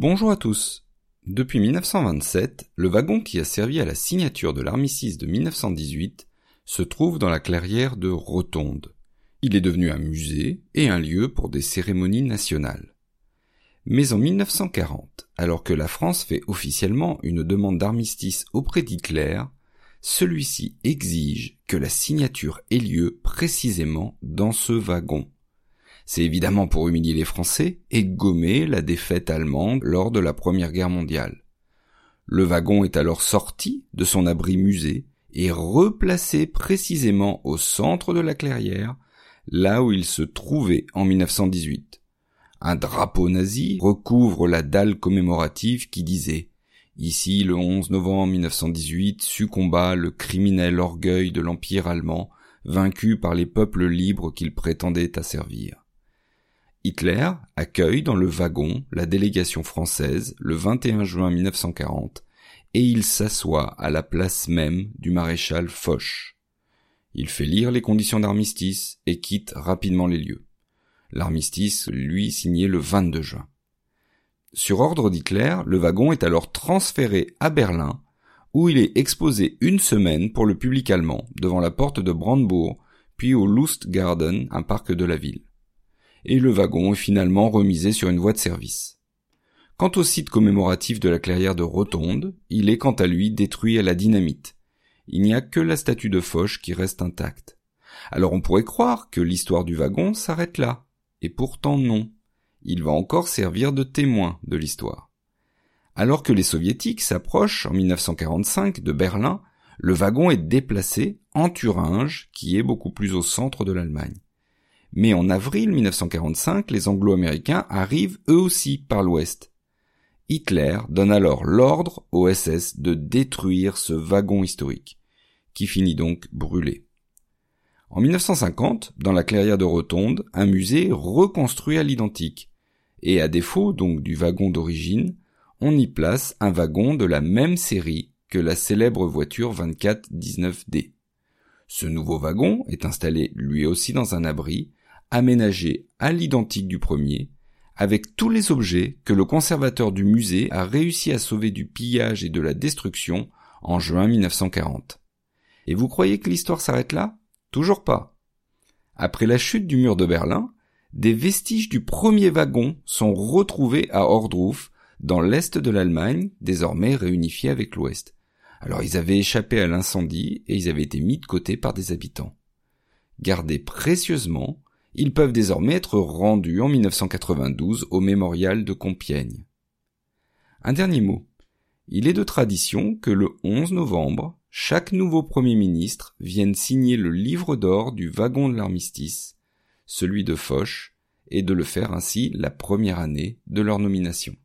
Bonjour à tous. Depuis 1927, le wagon qui a servi à la signature de l'armistice de 1918 se trouve dans la clairière de Rotonde. Il est devenu un musée et un lieu pour des cérémonies nationales. Mais en 1940, alors que la France fait officiellement une demande d'armistice auprès d'Hitler, celui-ci exige que la signature ait lieu précisément dans ce wagon. C'est évidemment pour humilier les Français et gommer la défaite allemande lors de la Première Guerre mondiale. Le wagon est alors sorti de son abri musée et replacé précisément au centre de la clairière, là où il se trouvait en 1918. Un drapeau nazi recouvre la dalle commémorative qui disait « Ici, le 11 novembre 1918, succomba le criminel orgueil de l'Empire allemand, vaincu par les peuples libres qu'il prétendait asservir. » Hitler accueille dans le wagon la délégation française le 21 juin 1940 et il s'assoit à la place même du maréchal Foch. Il fait lire les conditions d'armistice et quitte rapidement les lieux. L'armistice, lui, signé le 22 juin. Sur ordre d'Hitler, le wagon est alors transféré à Berlin, où il est exposé une semaine pour le public allemand, devant la porte de Brandebourg, puis au Lustgarten, un parc de la ville. Et le wagon est finalement remisé sur une voie de service. Quant au site commémoratif de la clairière de Rotonde, il est quant à lui détruit à la dynamite. Il n'y a que la statue de Foch qui reste intacte. Alors on pourrait croire que l'histoire du wagon s'arrête là. Et pourtant non. Il va encore servir de témoin de l'histoire. Alors que les soviétiques s'approchent en 1945 de Berlin, le wagon est déplacé en Thuringe, qui est beaucoup plus au centre de l'Allemagne. Mais en avril 1945, les Anglo-Américains arrivent eux aussi par l'ouest. Hitler donne alors l'ordre au SS de détruire ce wagon historique, qui finit donc brûlé. En 1950, dans la clairière de Rotonde, un musée reconstruit à l'identique. Et à défaut donc du wagon d'origine, on y place un wagon de la même série que la célèbre voiture 2419D. Ce nouveau wagon est installé lui aussi dans un abri, aménagé à l'identique du premier, avec tous les objets que le conservateur du musée a réussi à sauver du pillage et de la destruction en juin 1940. Et vous croyez que l'histoire s'arrête là ? Toujours pas. Après la chute du mur de Berlin, des vestiges du premier wagon sont retrouvés à Ohrdruf, dans l'est de l'Allemagne, désormais réunifié avec l'ouest. Alors ils avaient échappé à l'incendie et ils avaient été mis de côté par des habitants. Gardés précieusement, ils peuvent désormais être rendus en 1992 au mémorial de Compiègne. Un dernier mot. Il est de tradition que le 11 novembre, chaque nouveau Premier ministre vienne signer le livre d'or du wagon de l'armistice, celui de Foch, et de le faire ainsi la première année de leur nomination.